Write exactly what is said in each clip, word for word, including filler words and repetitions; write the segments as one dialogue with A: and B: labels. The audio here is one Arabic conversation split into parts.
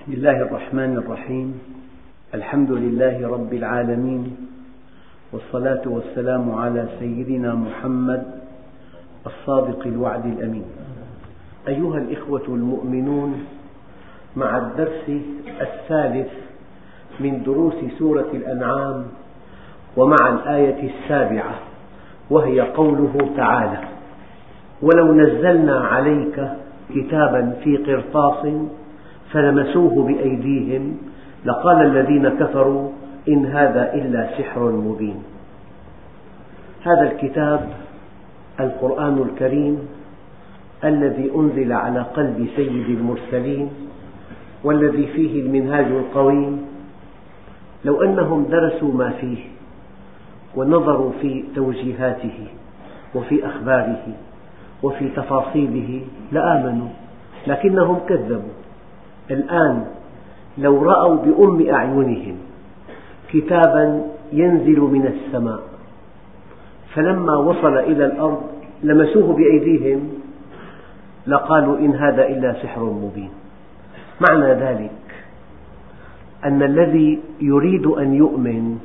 A: بسم الله الرحمن الرحيم. الحمد لله رب العالمين، والصلاة والسلام على سيدنا محمد الصادق الوعد الأمين. أيها الإخوة المؤمنون، مع الدرس الثالث من دروس سورة الأنعام، ومع الآية السابعة وهي قوله تعالى: ولو نزلنا عليك كتابا في قرطاس فلمسوه بأيديهم لقال الذين كفروا إن هذا إلا سحر مبين. هذا الكتاب القرآن الكريم الذي أنزل على قلب سيد المرسلين، والذي فيه المنهاج القويم، لو أنهم درسوا ما فيه ونظروا في توجيهاته وفي أخباره وفي تفاصيله لآمنوا، لكنهم كذبوا. الآن لو رأوا بأم أعينهم كتابا ينزل من السماء فلما وصل إلى الأرض لمسوه بأيديهم لقالوا إن هذا إلا سحر مبين. معنى ذلك أن الذي يريد أن يؤمن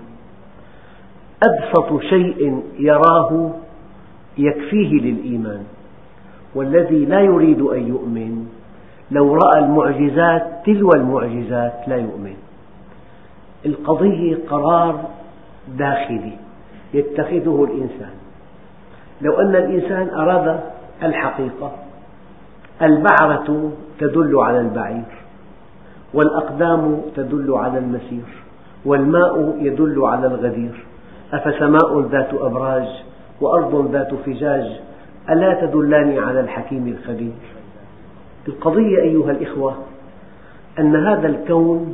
A: أبسط شيء يراه يكفيه للإيمان، والذي لا يريد أن يؤمن لو رأى المعجزات تلو المعجزات لا يؤمن. القضية قرار داخلي يتخذه الإنسان. لو أن الإنسان أراد الحقيقة، البعرة تدل على البعير، والأقدام تدل على المسير، والماء يدل على الغدير، أفسماء ذات أبراج وأرض ذات فجاج ألا تدلان على الحكيم الخبير. القضية أيها الإخوة أن هذا الكون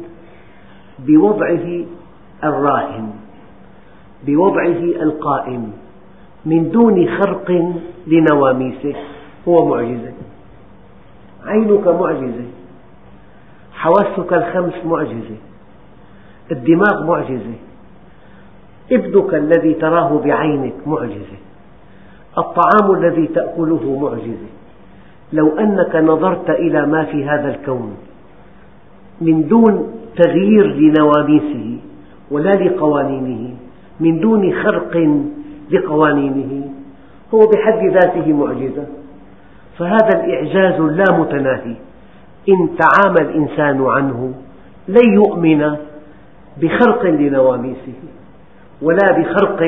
A: بوضعه الراهن، بوضعه القائم، من دون خرق لنواميسه هو معجزة. عينك معجزة، حواسك الخمس معجزة، الدماغ معجزة، ابنك الذي تراه بعينك معجزة، الطعام الذي تأكله معجزة. لو أنك نظرت إلى ما في هذا الكون من دون تغيير لنواميسه ولا لقوانينه، من دون خرق لقوانينه، هو بحد ذاته معجزة. فهذا الإعجاز اللامتناهي إن تعامى الإنسان عنه لن يؤمن بخرق لنواميسه ولا بخرق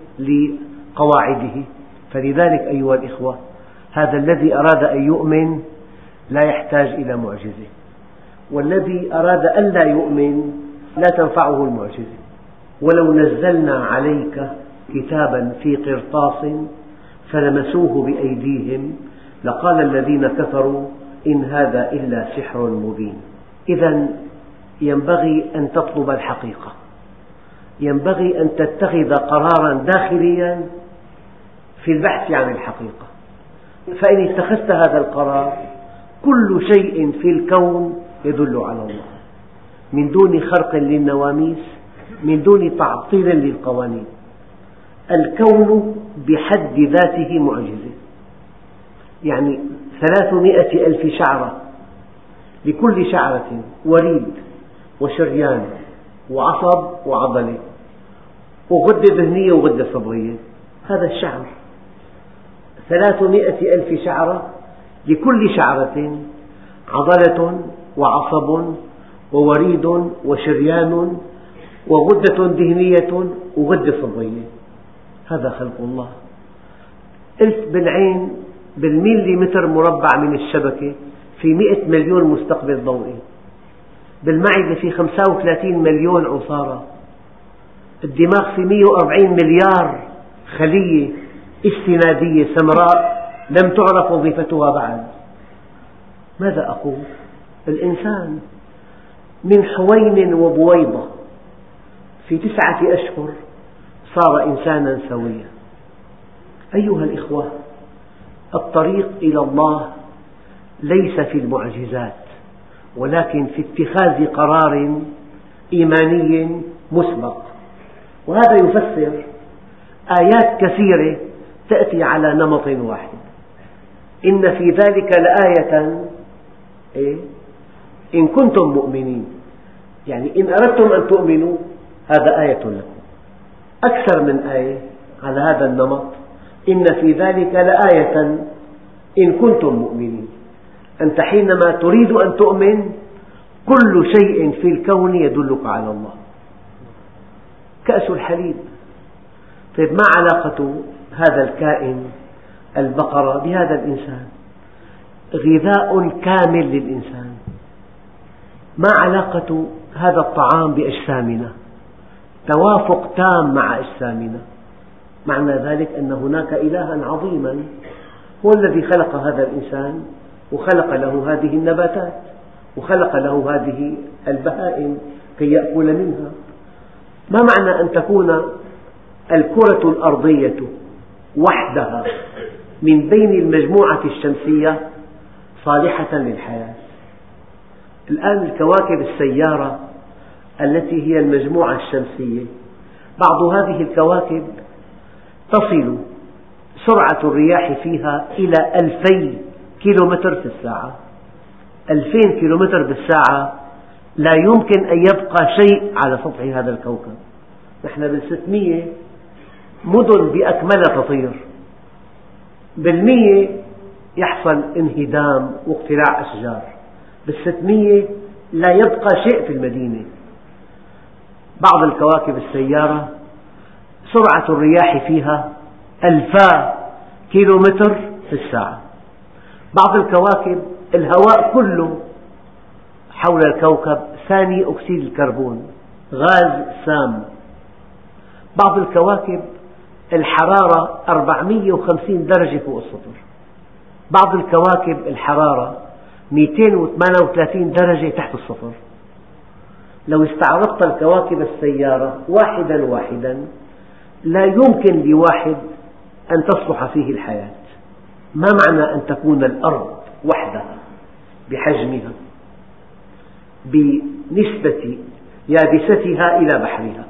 A: لقواعده. فلذلك أيها الإخوة، هذا الذي أراد أن يؤمن لا يحتاج إلى معجزة، والذي أراد أن لا يؤمن لا تنفعه المعجزة. ولو نزلنا عليك كتابا في قرطاس فلمسوه بأيديهم لقال الذين كفروا إن هذا إلا سحر مبين. إذا ينبغي أن تطلب الحقيقة، ينبغي أن تتخذ قرارا داخليا في البحث عن الحقيقة. فإن اتخذت هذا القرار كل شيء في الكون يدل على الله، من دون خرق للنواميس، من دون تعطيل للقوانين. الكون بحد ذاته معجزة، يعني ثلاثمائة ألف شعرة، لكل شعرة وريد وشريان وعصب وعضلة وغدة دهنية وغدة صبغية. هذا الشعر ثلاثمائة ألف شعرة، لكل شعرة عضلة وعصب ووريد وشريان وغدة دهنية وغدة صبغية. هذا خلق الله. ألف بالعين بالميليمتر مربع من الشبكة في مئة مليون مستقبل ضوئي. بالمعدة في خمسة وثلاثين مليون عصارة. الدماغ في مئة وأربعين مليار خلية استنادية سمراء لم تعرف وظيفتها بعد. ماذا أقول؟ الإنسان من حوين وبويضة في تسعة أشهر صار إنسانا سويا. أيها الإخوة، الطريق إلى الله ليس في المعجزات، ولكن في اتخاذ قرار إيماني مسبق. وهذا يفسر آيات كثيرة تأتي على نمط واحد. إن في ذلك لآية إن كنتم مؤمنين، يعني إن أردتم أن تؤمنوا هذا آية لكم. أكثر من آية على هذا النمط، إن في ذلك لآية إن كنتم مؤمنين. أنت حينما تريد أن تؤمن كل شيء في الكون يدلك على الله. كأس الحليب، طيب ما علاقة هذا الكائن البقرة بهذا الإنسان؟ غذاء كامل للإنسان. ما علاقة هذا الطعام بأجسامنا؟ توافق تام مع أجسامنا. معنى ذلك أن هناك إلها عظيما هو الذي خلق هذا الإنسان وخلق له هذه النباتات وخلق له هذه البهائم كي يأكل منها. ما معنى أن تكون الكرة الأرضية وحدها من بين المجموعة الشمسية صالحة للحياة؟ الآن الكواكب السيارة التي هي المجموعة الشمسية، بعض هذه الكواكب تصل سرعة الرياح فيها إلى ألفي كيلومتر في الساعة. ألفين كيلومتر بالساعة لا يمكن أن يبقى شيء على سطح هذا الكوكب. نحن بالستمية مدن بأكملها تطير، بالمية يحصل انهدام واقتلاع أشجار، بالستمية لا يبقى شيء في المدينة. بعض الكواكب السيارة سرعة الرياح فيها ألفا كيلومتر في الساعة. بعض الكواكب الهواء كله حول الكوكب ثاني أكسيد الكربون، غاز سام. بعض الكواكب الحرارة أربعمئة وخمسين درجة فوق الصفر. بعض الكواكب الحرارة مئتين وثمانية وثلاثين درجة تحت الصفر. لو استعرضت الكواكب السيارة واحدا واحدا لا يمكن لواحد أن تصلح فيه الحياة. ما معنى أن تكون الأرض وحدها بحجمها بنسبة يابستها إلى بحرها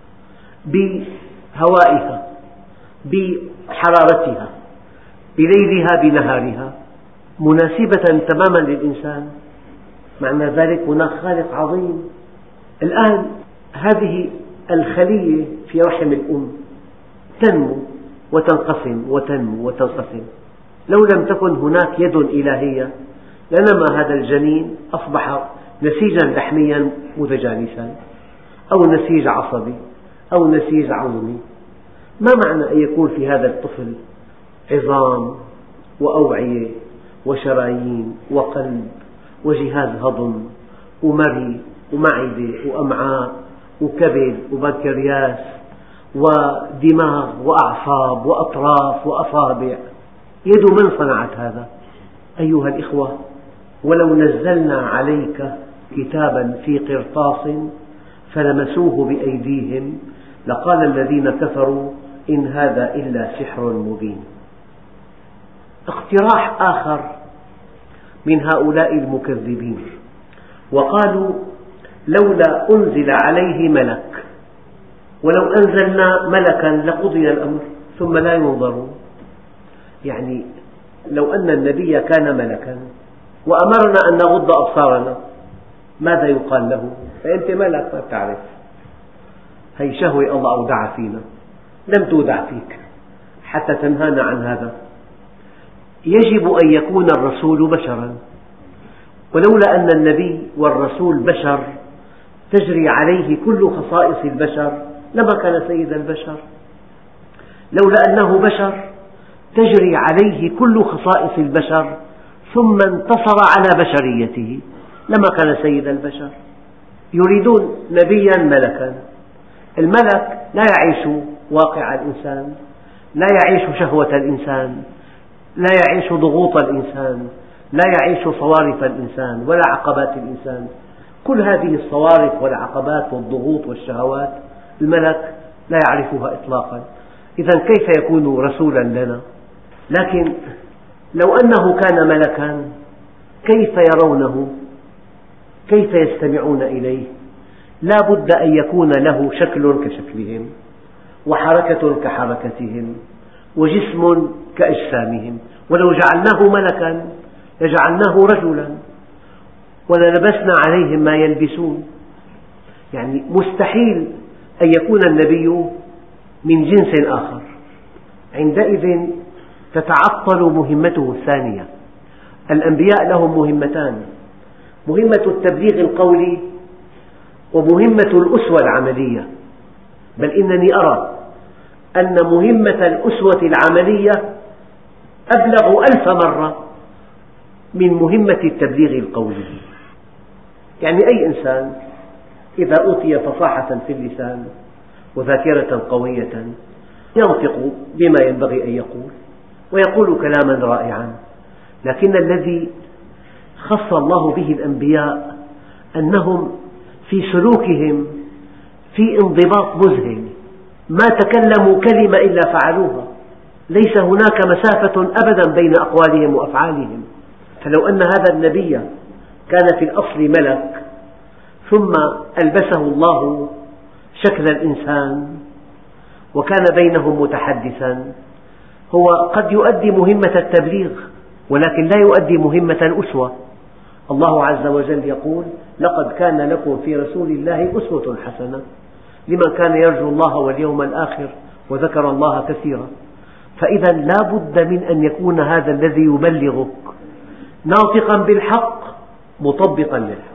A: بهوائها بحرارتها بليلها بنهارها مناسبة تماما للإنسان؟ معنى ذلك هناك خالق عظيم. الآن هذه الخلية في رحم الأم تنمو وتنقسم وتنمو وتنقسم. لو لم تكن هناك يد إلهية لنما هذا الجنين أصبح نسيجا لحميا متجانسا أو نسيج عصبي أو نسيج عظمي. ما معنى أن يكون في هذا الطفل عظام وأوعية وشرايين وقلب وجهاز هضم ومري ومعدة وأمعاء وكبد وبنكرياس ودماغ وأعصاب وأطراف وأصابع؟ يد من صنعت هذا؟ أيها الإخوة، ولو نزلنا عليك كتابا في قرطاس فلمسوه بأيديهم لقال الذين كفروا إن هذا إلا سحر مبين. اقتراح آخر من هؤلاء المكذبين وقالوا لولا أنزل عليه ملك، ولو أنزلنا ملكا لقضي الأمر ثم لا ينظرون. يعني لو أن النبي كان ملكا وأمرنا أن نغض أبصارنا ماذا يقال له؟ فأنت ملك ما تعرف، هي شهوة الله أودع فينا لم تودع فيك حتى تنهانا عن هذا. يجب أن يكون الرسول بشرا، ولولا أن النبي والرسول بشر تجري عليه كل خصائص البشر لما كان سيد البشر. لولا أنه بشر تجري عليه كل خصائص البشر ثم انتصر على بشريته لما كان سيد البشر. يريدون نبيا ملكا. الملك لا يعيش واقع الإنسان، لا يعيش شهوة الإنسان، لا يعيش ضغوط الإنسان، لا يعيش صوارف الإنسان ولا عقبات الإنسان. كل هذه الصوارف والعقبات والضغوط والشهوات الملك لا يعرفها إطلاقا. إذا كيف يكون رسولا لنا؟ لكن لو أنه كان ملكا كيف يرونه؟ كيف يستمعون إليه؟ لا بد أن يكون له شكل كشكلهم وحركة كحركتهم وجسم كأجسامهم. ولو جعلناه ملكا لجعلناه رجلا وللبسنا عليهم ما يلبسون. يعني مستحيل أن يكون النبي من جنس آخر، عندئذ تتعطل مهمته الثانية. الأنبياء لهم مهمتان: مهمة التبليغ القولي ومهمة الأسوة العملية. بل إنني أرى أن مهمة الأسوة العملية أبلغ ألف مرة من مهمة التبليغ القولي. يعني أي إنسان إذا أوتي فصاحة في اللسان وذاكرة قوية ينطق بما ينبغي أن يقول ويقول كلاما رائعا، لكن الذي خص الله به الأنبياء أنهم في سلوكهم في انضباط مذهل، ما تكلموا كلمة إلا فعلوها، ليس هناك مسافة أبدا بين أقوالهم وأفعالهم. فلو أن هذا النبي كان في الأصل ملك ثم ألبسه الله شكل الإنسان وكان بينهم متحدثا، هو قد يؤدي مهمة التبليغ ولكن لا يؤدي مهمة الأسوة. الله عز وجل يقول: لقد كان لكم في رسول الله أسوة حسنة لمن كان يرجو الله واليوم الآخر وذكر الله كثيرا. فإذا لا بد من أن يكون هذا الذي يبلغك ناطقا بالحق مطبقا للحق،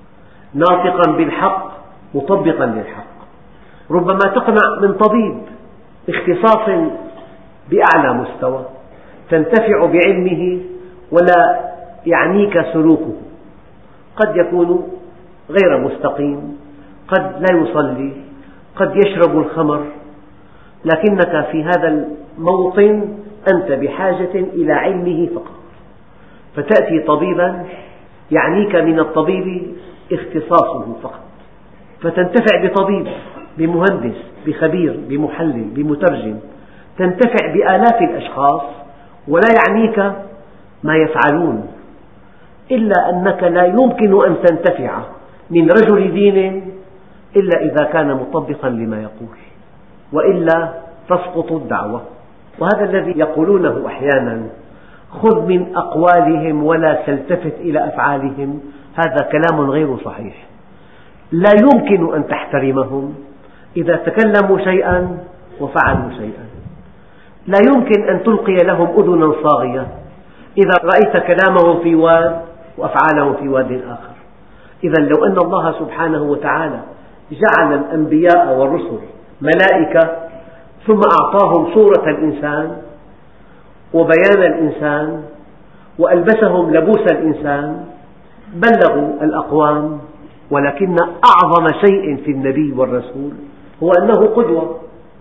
A: ناطقا بالحق مطبقا للحق. ربما تقنع من طبيب اختصاص بأعلى مستوى تنتفع بعلمه ولا يعنيك سلوكه، قد يكون غير مستقيم، قد لا يصلي، قد يشرب الخمر، لكنك في هذا الموطن أنت بحاجة إلى علمه فقط، فتأتي طبيبا يعنيك من الطبيب اختصاصه فقط، فتنتفع بطبيب، بمهندس، بخبير، بمحلل، بمترجم، تنتفع بآلاف الأشخاص ولا يعنيك ما يفعلون، إلا أنك لا يمكن أن تنتفع من رجل دين إلا إذا كان مطبقا لما يقول، وإلا تسقط الدعوة. وهذا الذي يقولونه أحيانا: خذ من أقوالهم ولا تلتفت إلى أفعالهم، هذا كلام غير صحيح. لا يمكن أن تحترمهم إذا تكلموا شيئا وفعلوا شيئا، لا يمكن أن تلقي لهم أذنا صاغية إذا رأيت كلامهم في واد وأفعالهم في واد آخر. إذا لو أن الله سبحانه وتعالى جعل الأنبياء والرسل ملائكة ثم أعطاهم صورة الإنسان وبيان الإنسان وألبسهم لبوس الإنسان بلغوا الأقوام، ولكن أعظم شيء في النبي والرسول هو أنه قدوة،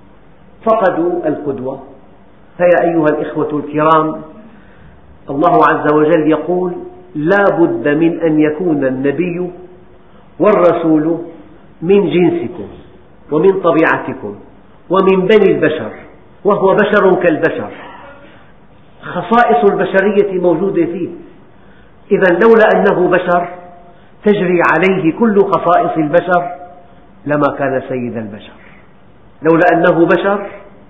A: فقدوا القدوة. فيا أيها الإخوة الكرام، الله عز وجل يقول: لا بد من أن يكون النبي والرسول من جنسكم ومن طبيعتكم ومن بني البشر، وهو بشر كالبشر، خصائص البشرية موجودة فيه. إذا لولا أنه بشر تجري عليه كل خصائص البشر لما كان سيد البشر، لولا أنه بشر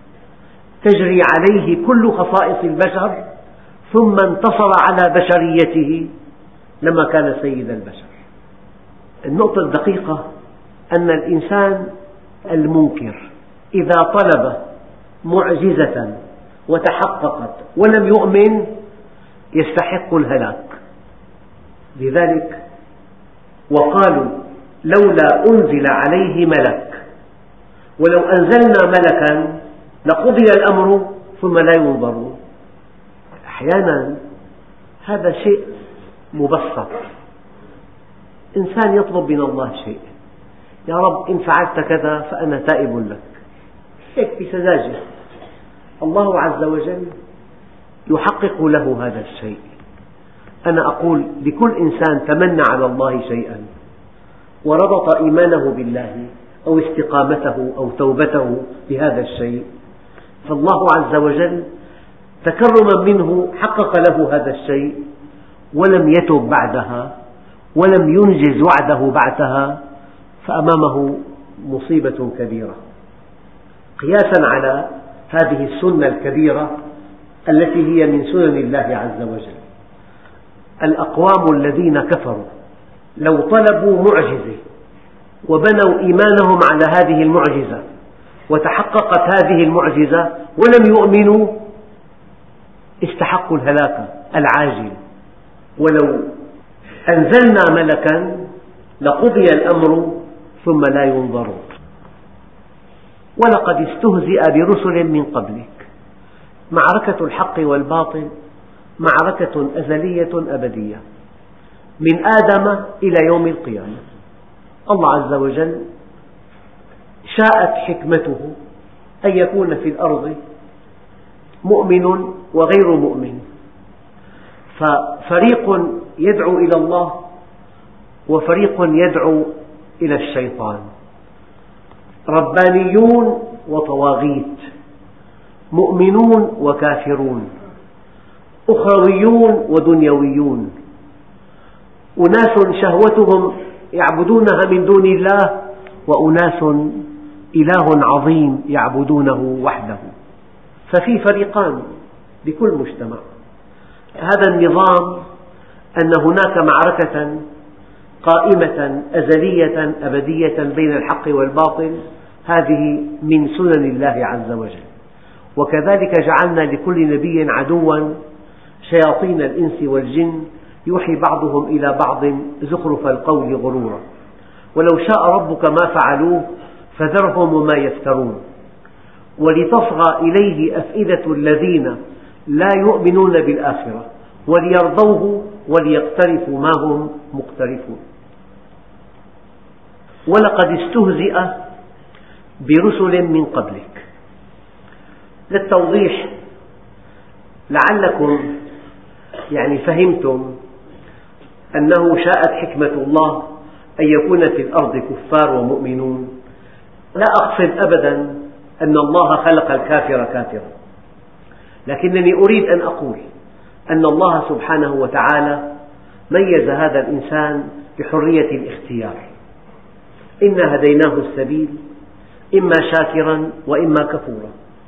A: تجري عليه كل خصائص البشر ثم انتصر على بشريته لما كان سيد البشر. النقطة الدقيقة أن الإنسان المنكر إذا طلب معجزة وتحققت ولم يؤمن يستحق الهلاك. لذلك وقالوا: لولا أنزل عليه ملك، ولو أنزلنا ملكا لقضي الأمر ثم لا ينظرون. أحيانا هذا شيء مبسط، إنسان يطلب من الله شيء: يا رب إن فعلت كذا فأنا تائب لك، هيك بسذاجة. الله عز وجل يحقق له هذا الشيء. أنا أقول لكل إنسان تمنى على الله شيئا وربط إيمانه بالله أو استقامته أو توبته بهذا الشيء، فالله عز وجل تكرما منه حقق له هذا الشيء ولم يتب بعدها ولم ينجز وعده بعدها، فأمامه مصيبة كبيرة. قياسا على هذه السنة الكبيرة التي هي من سنن الله عز وجل، الأقوام الذين كفروا لو طلبوا معجزة وبنوا إيمانهم على هذه المعجزة وتحققت هذه المعجزة ولم يؤمنوا استحقوا الهلاك العاجل. ولو أنزلنا ملكا لقضي الأمر ثم لا ينظرون. ولقد استهزئ برسل من قبلك. معركة الحق والباطل معركة أزلية أبدية من آدم إلى يوم القيامة. الله عز وجل شاءت حكمته أن يكون في الأرض مؤمن وغير مؤمن، ففريق يدعو إلى الله وفريق يدعو إلى الشيطان، ربانيون وطواغيت، مؤمنون وكافرون، أخرويون ودنيويون، أناس شهوتهم يعبدونها من دون الله، وأناس إله عظيم يعبدونه وحده. ففي فريقان بكل مجتمع. هذا النظام أن هناك معركة قائمة أزلية أبدية بين الحق والباطل، هذه من سنن الله عز وجل. وكذلك جعلنا لكل نبي عدوا شياطين الإنس والجن يوحي بعضهم إلى بعض زخرف القول غرورا، ولو شاء ربك ما فعلوه فذرهم وما يفترون، ولتصغى إليه أفئدة الذين لا يؤمنون بالآخرة وليرضوه وليقترفوا ما هم مقترفون. ولقد استهزئ برسل من قبلك. للتوضيح لعلكم يعني فهمتم أنه شاءت حكمة الله أن يكون في الأرض كفار ومؤمنون. لا أقصد أبدا أن الله خلق الكافر كافرا، لكنني أريد أن أقول أن الله سبحانه وتعالى ميز هذا الإنسان بحرية الاختيار. إنا هديناه السبيل إما شاكرا وإما كفورا،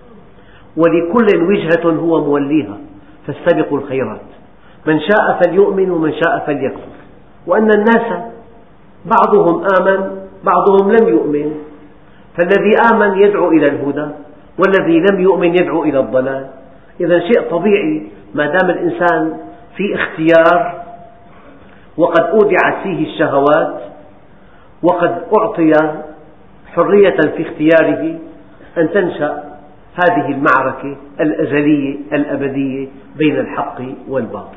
A: ولكل وجهة هو موليها فاستبقوا الخيرات، من شاء فليؤمن ومن شاء فليكفر. وأن الناس بعضهم آمن بعضهم لم يؤمن، فالذي آمن يدعو إلى الهدى والذي لم يؤمن يدعو إلى الضلال. إذا شيء طبيعي ما دام الإنسان في اختيار وقد أودعت فيه الشهوات وقد أعطي حرية في اختياره أن تنشأ هذه المعركة الأزلية الأبدية بين الحق والباطل.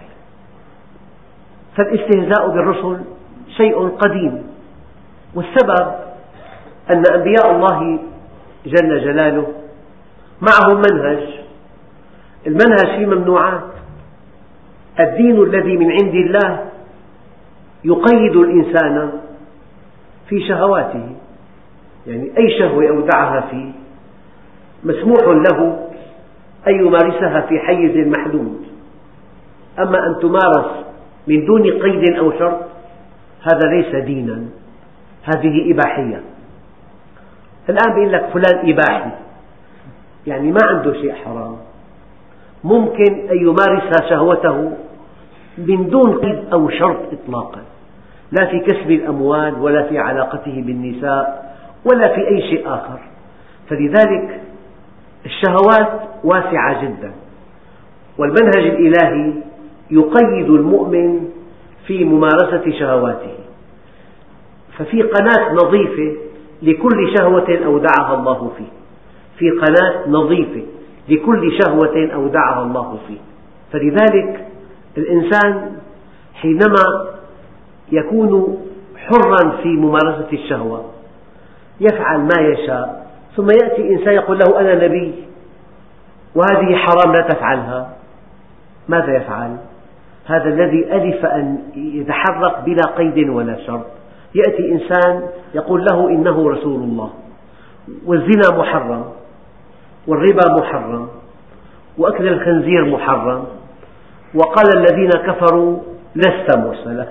A: فالاستهزاء بالرسل شيء قديم، والسبب أن أنبياء الله جل جلاله معهم منهج. المنهج فيه ممنوعات. الدين الذي من عند الله يقيد الإنسان في شهواته، يعني أي شهوة أودعها فيه مسموح له أن يمارسها في حيز محدود. أما أن تمارس من دون قيد أو شرط هذا ليس دينا، هذه إباحية. الآن بيقول لك فلان إباحي، يعني ما عنده شيء حرام، ممكن أن يمارس شهوته من دون قيد أو شرط إطلاقا، لا في كسب الأموال ولا في علاقته بالنساء ولا في أي شيء آخر. فلذلك الشهوات واسعة جدا، والمنهج الإلهي يقيد المؤمن في ممارسة شهواته. ففي قناة نظيفة لكل شهوة أودعها الله فيه، في قناة نظيفة لكل شهوة أودعها الله فيه. فلذلك الإنسان حينما يكون حرا في ممارسة الشهوة يفعل ما يشاء، ثم يأتي إنسان يقول له أنا نبي وهذه حرام لا تفعلها، ماذا يفعل؟ هذا الذي ألف أن يتحرك بلا قيد ولا شرط. يأتي إنسان يقول له إنه رسول الله، والزنا محرم والربا محرم وأكل الخنزير محرم، وقال الذين كفروا لست مرسلا.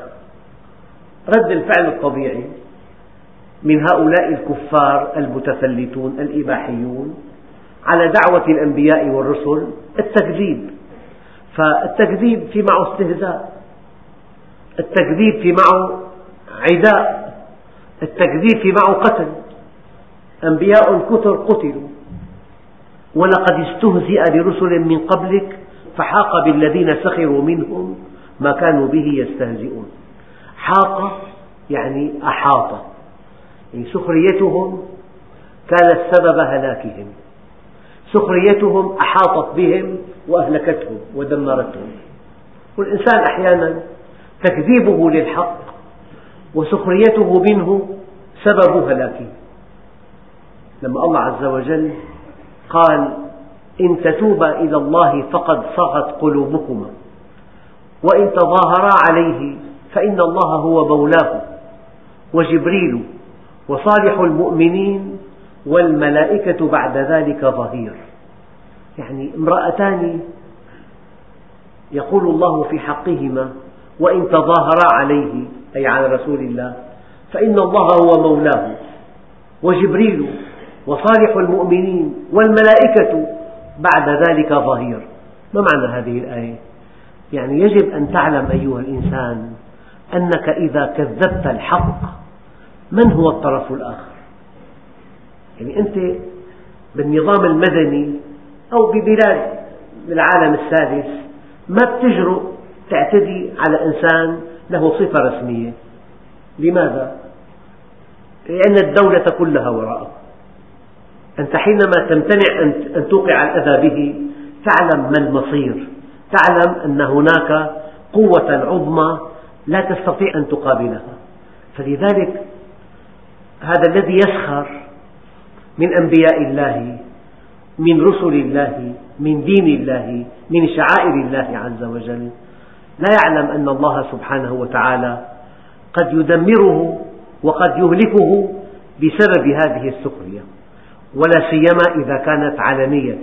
A: رد الفعل الطبيعي من هؤلاء الكفار المتفلتون الإباحيون على دعوة الأنبياء والرسل التكذيب. فالتكذيب في معه استهزاء، التكذيب في معه عداء التكذيب في معه قتل، أنبياء كثر قتلوا، ولقد استهزئ برسل من قبلك فحاق بالذين سخروا منهم ما كانوا به يستهزئون. حاق يعني أحاط، يعني سخريتهم كانت سبب هلاكهم، سخريتهم أحاطت بهم وأهلكتهم ودمرتهم. والإنسان أحيانا تكذيبه للحق وسخريته منه سبب هلاكه. لما الله عز وجل قال إن تتوبا إلى الله فقد صغت قلوبكما وإن تظاهرا عليه فإن الله هو مولاه وجبريل وصالح المؤمنين والملائكة بعد ذلك ظهير. يعني امرأتان يقول الله في حقهما وإن تظاهرا عليه أي على رسول الله فإن الله هو مولاه وجبريل وصالح المؤمنين والملائكة بعد ذلك ظهير. ما معنى هذه الآية؟ يعني يجب أن تعلم أيها الإنسان أنك إذا كذبت الحق من هو الطرف الآخر؟ يعني أنت بالنظام المدني أو ببلاد العالم الثالث ما بتجرؤ تعتدي على إنسان له صفة رسمية. لماذا؟ لأن الدولة كلها وراءه. أنت حينما تمتنع أن توقع الأذى به تعلم ما المصير، تعلم أن هناك قوة عظمى لا تستطيع أن تقابلها. فلذلك هذا الذي يسخر من أنبياء الله، من رسل الله، من دين الله، من شعائر الله عز وجل، لا يعلم أن الله سبحانه وتعالى قد يدمره وقد يهلكه بسبب هذه السخرية، ولا سيما إذا كانت علنية.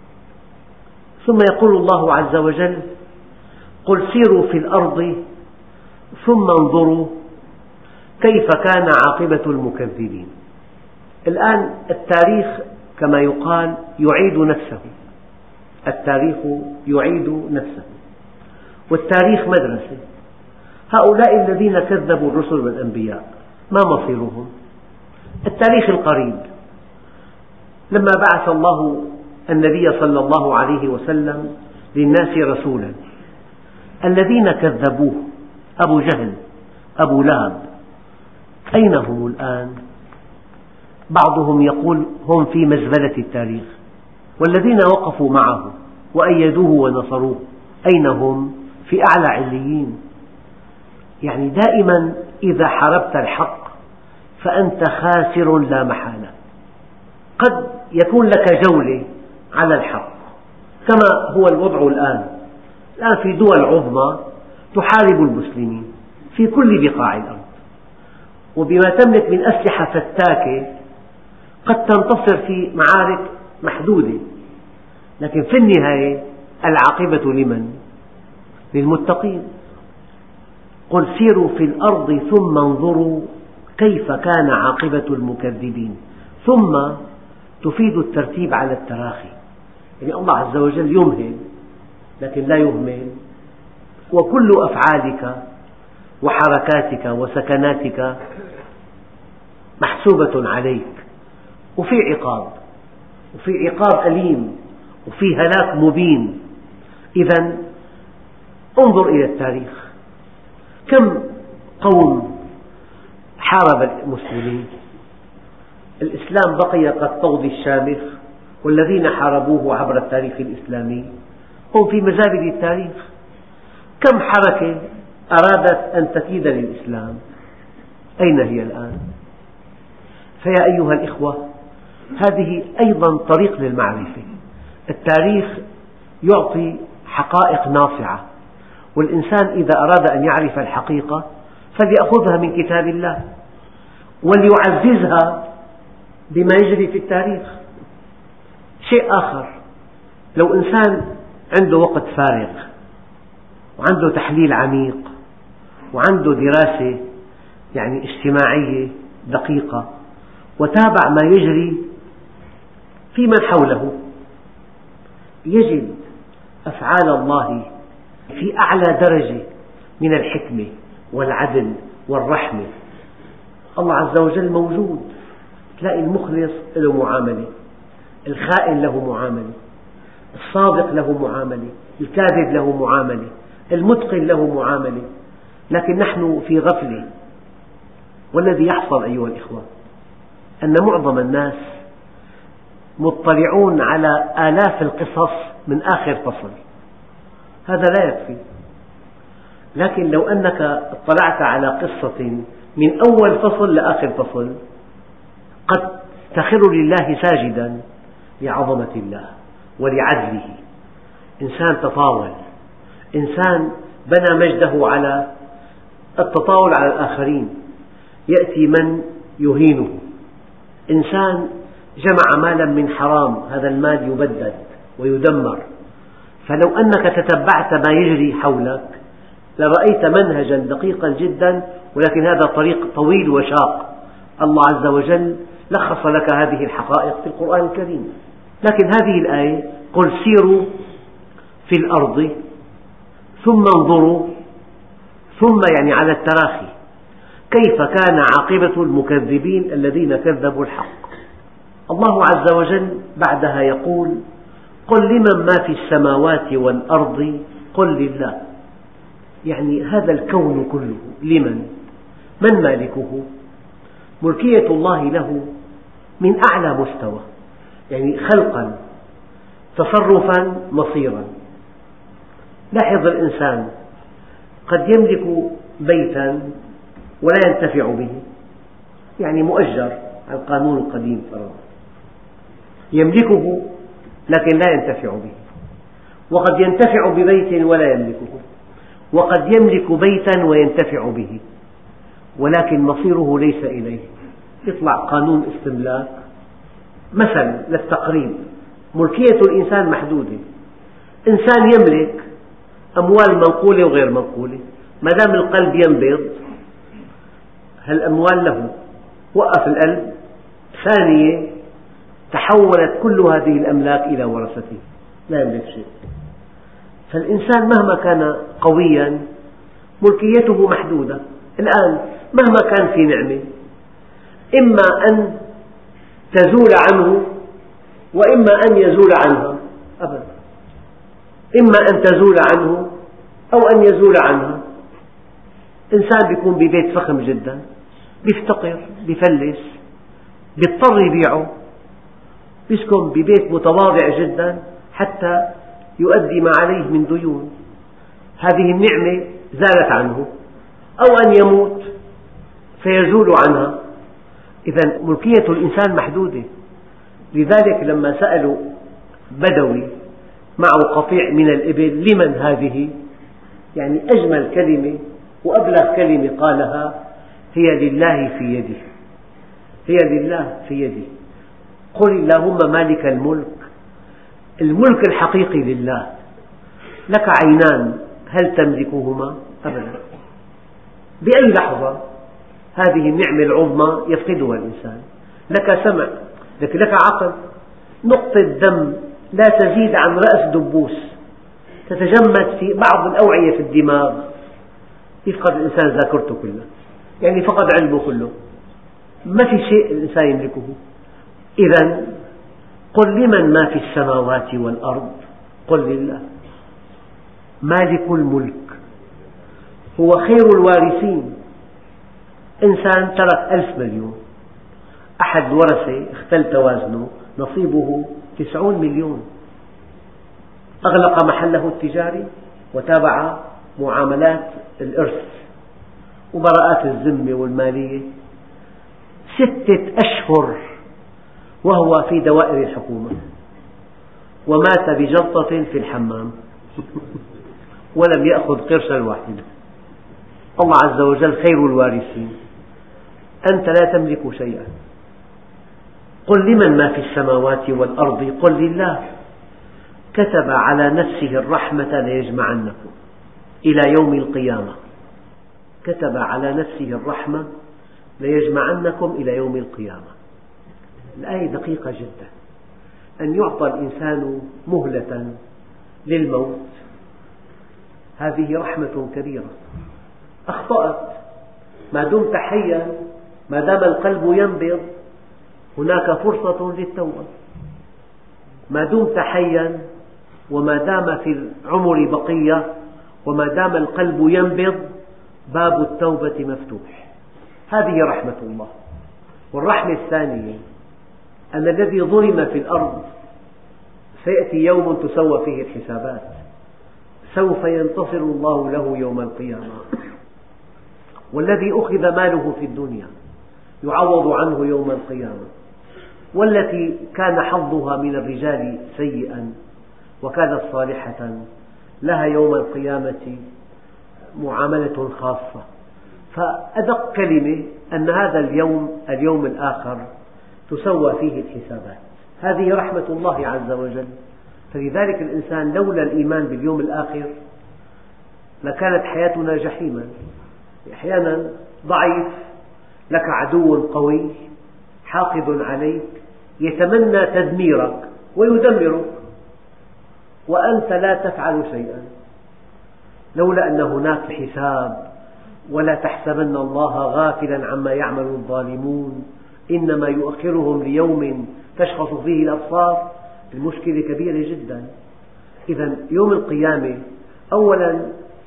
A: ثم يقول الله عز وجل قل سيروا في الأرض ثم انظروا كيف كان عاقبة المكذبين. الآن التاريخ كما يقال يعيد نفسه، التاريخ يعيد نفسه، والتاريخ مدرسة. هؤلاء الذين كذبوا الرسل والأنبياء ما مصيرهم؟ التاريخ القريب لما بعث الله النبي صلى الله عليه وسلم للناس رسولا، الذين كذبوه أبو جهل أبو لهب أين هم الآن؟ بعضهم يقول هم في مزبلة التاريخ، والذين وقفوا معه وأيدوه ونصروه أين هم؟ في أعلى عليين. يعني دائما إذا حاربت الحق فأنت خاسر لا محالة. قد يكون لك جولة على الحق كما هو الوضع الآن. الآن في دول عظمى تحارب المسلمين في كل بقاع الأرض، وبما تملك من أسلحة فتاكة قد تنتصر في معارك محدودة، لكن في النهاية العاقبة لمن؟ للمتقين. قل سيروا في الأرض ثم انظروا كيف كان عاقبة المكذبين. ثم تفيد الترتيب على التراخي، يعني الله عز وجل يمهل لكن لا يهمل، وكل أفعالك وحركاتك وسكناتك محسوبة عليك، وفي عقاب، وفي عقاب أليم، وفي هلاك مبين. إذن انظر إلى التاريخ، كم قوم حارب المسلمين؟ الإسلام بقي كالطود الشامخ، والذين حاربوه عبر التاريخ الإسلامي هم في مزابل التاريخ. كم حركة أرادت أن تكيد للإسلام أين هي الآن؟ فيا أيها الإخوة، هذه أيضا طريق للمعرفة. التاريخ يعطي حقائق ناصعة، والإنسان إذا أراد أن يعرف الحقيقة فليأخذها من كتاب الله وليعززها بما يجري في التاريخ. شيء آخر، لو إنسان عنده وقت فارغ وعنده تحليل عميق وعنده دراسة يعني اجتماعية دقيقة وتابع ما يجري في من حوله، يجد أفعال الله في أعلى درجة من الحكمة والعدل والرحمة الله عز وجل موجود، تلاقي المخلص له معاملة، الخائن له معاملة، الصادق له معاملة، الكاذب له معاملة، المتقن له معاملة، لكن نحن في غفلة. والذي يحصل أيها الإخوة أن معظم الناس مطلعون على آلاف القصص من آخر فصل، هذا لا يكفي. لكن لو أنك اطلعت على قصة من أول فصل لآخر فصل قد تخر لله ساجدا لعظمة الله ولعدله. إنسان تطاول، إنسان بنى مجده على التطاول على الآخرين، يأتي من يهينه، إنسان جمع مالا من حرام، هذا المال يبدد ويدمر. فلو أنك تتبعت ما يجري حولك لرأيت منهجا دقيقا جدا، ولكن هذا طريق طويل وشاق. الله عز وجل لخص لك هذه الحقائق في القرآن الكريم. لكن هذه الآية قل سيروا في الأرض ثم انظروا، ثم يعني على التراخي، كيف كان عاقبة المكذبين الذين كذبوا الحق. الله عز وجل بعدها يقول قل لمن ما في السماوات والأرض قل لله. يعني هذا الكون كله لمن؟ من مالكه؟ ملكية الله له من أعلى مستوى، يعني خلقا، تصرفا، مصيرا. لاحظ الإنسان قد يملك بيتا ولا ينتفع به، يعني مؤجر على القانون القديم فرضا، يملكه لكن لا ينتفع به، وقد ينتفع ببيت ولا يملكه، وقد يملك بيتا وينتفع به ولكن مصيره ليس إليه. يطلع قانون استملاك مثل للتقريب. ملكية الإنسان محدودة، إنسان يملك أموال منقولة وغير منقولة، ما دام القلب ينبض هالأموال له، وقف القلب ثانية تحولت كل هذه الأملاك إلى ورثته، لا يملك شيء. فالإنسان مهما كان قويا ملكيته محدودة. الآن مهما كان في نعمة إما أن تزول عنه وإما أن يزول عنها، أبدا، إما أن تزول عنه أو أن يزول عنها. إنسان بيكون ببيت فخم جدا، بيفتقر، بيفلس، بيضطر يبيعه، بيسكن ببيت متواضع جدا حتى يؤدي ما عليه من ديون، هذه النعمة زالت عنه، أو أن يموت فيزول عنها. إذا ملكية الإنسان محدودة. لذلك لما سألوا بدوي معه قطيع من الإبل لمن هذه، يعني أجمل كلمة وأبلغ كلمة قالها هي لله في يده، هي لله في يده. قل اللهم مالك الملك، الملك الحقيقي لله. لك عينان هل تملكهما؟ أبدا. بأي لحظة هذه النعمة العظمى يفقدها الإنسان. لك سمع، لك, لك عقل، نقطة دم لا تزيد عن رأس دبوس تتجمد في بعض الأوعية في الدماغ، يفقد الإنسان ذاكرته كلها، يعني فقد علمه كله، ما في شيء الإنسان يملكه. إذن قل لمن ما في السماوات والأرض قل لله. مالك الملك هو خير الوارثين. إنسان ترك ألف مليون، أحد الورثة اختل توازنه، نصيبه تسعون مليون، أغلق محله التجاري وتابع معاملات الإرث وبراءات الذمة والمالية ستة أشهر وهو في دوائر الحكومة، ومات بجلطة في الحمام ولم يأخذ قرشا واحدا. الله عز وجل خير الوارثين، أنت لا تملك شيئا. قل لمن ما في السماوات والأرض قل لله كتب على نفسه الرحمة ليجمعنكم إلى يوم القيامة. كتب على نفسه الرحمة ليجمعنكم إلى يوم القيامة. الآية دقيقة جدا، أن يعطى الإنسان مهلة للموت هذه رحمة كبيرة. أخطأت، ما دمت حيا ما دام القلب ينبض هناك فرصة للتوبة. ما دمت حيا وما دام في العمر بقية وما دام القلب ينبض باب التوبة مفتوح. هذه رحمة الله. والرحمة الثانية أن الذي ظلم في الأرض سيأتي يوم تسوى فيه الحسابات، سوف ينتصر الله له يوم القيامة. والذي أخذ ماله في الدنيا يعوض عنه يوم القيامة. والتي كان حظها من الرجال سيئا وكانت صالحة لها يوم القيامة معاملة خاصة. فأدق كلمة أن هذا اليوم اليوم الآخر تسوى فيه الحسابات. هذه رحمة الله عز وجل. فلذلك الإنسان لولا الإيمان باليوم الآخر لكانت حياتنا جحيما. أحيانا ضعيف، لك عدو قوي حاقد عليك يتمنى تدميرك ويدمرك وأنت لا تفعل شيئا، لولا أن هناك حساب. ولا تحسبن الله غافلا عما يعمل الظالمون إنما يؤخرهم ليوم تشخص فيه الأبصار. المشكلة كبيرة جدا. إذا يوم القيامة أولا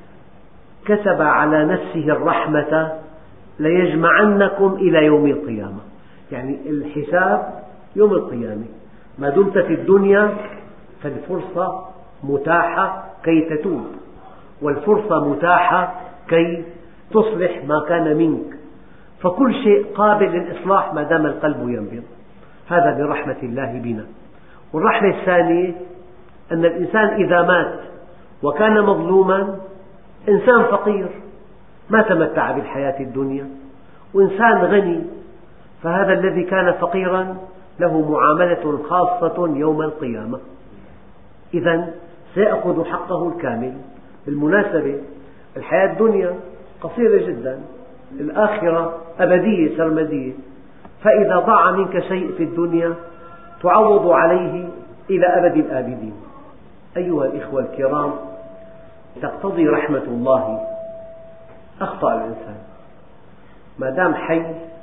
A: كتب على نفسه الرحمة ليجمعنكم إلى يوم القيامة، يعني الحساب يوم القيامة. ما دمت في الدنيا فالفرصة متاحة كي تتوب، والفرصة متاحة كي تصلح ما كان منك، فكل شيء قابل للإصلاح ما دام القلب ينبض. هذا من رحمة الله بنا. والرحمة الثانية أن الإنسان إذا مات وكان مظلوما، إنسان فقير ما تمتع بالحياة الدنيا وإنسان غني، فهذا الذي كان فقيرا له معاملة خاصة يوم القيامة. إذا سيأخذ حقه الكامل. بالمناسبة الحياة الدنيا قصيرة جدا، الآخرة أبدية سرمدية. فإذا ضاع منك شيء في الدنيا تعوض عليه إلى أبد الآبدين. أيها الإخوة الكرام، تقتضي رحمة الله أخطأ الإنسان ما دام حي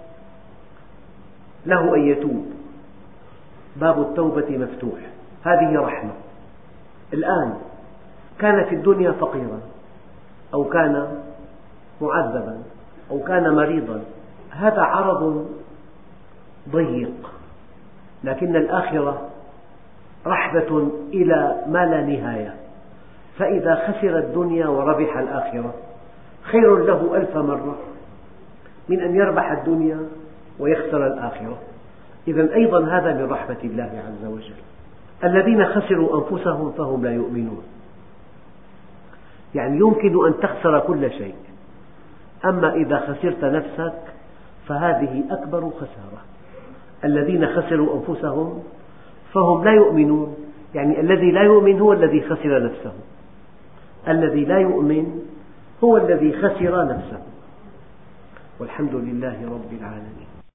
A: له أن يتوب، باب التوبة مفتوح. هذه رحمة. الآن كان في الدنيا فقيرا أو كان معذبا أو كان مريضا، هذا عرض ضيق، لكن الآخرة رحبة إلى ما لا نهاية. فإذا خسر الدنيا وربح الآخرة خير له ألف مرة من أن يربح الدنيا ويخسر الآخرة. إذا أيضا هذا من رحمة الله عز وجل. الذين خسروا أنفسهم فهم لا يؤمنون، يعني يمكن أن تخسر كل شيء، أما إذا خسرت نفسك فهذه أكبر خسارة. الذين خسروا أنفسهم فهم لا يؤمنون، يعني الذي لا يؤمن هو الذي خسر نفسه. الذي لا يؤمن هو الذي خسر نفسه. والحمد لله رب العالمين.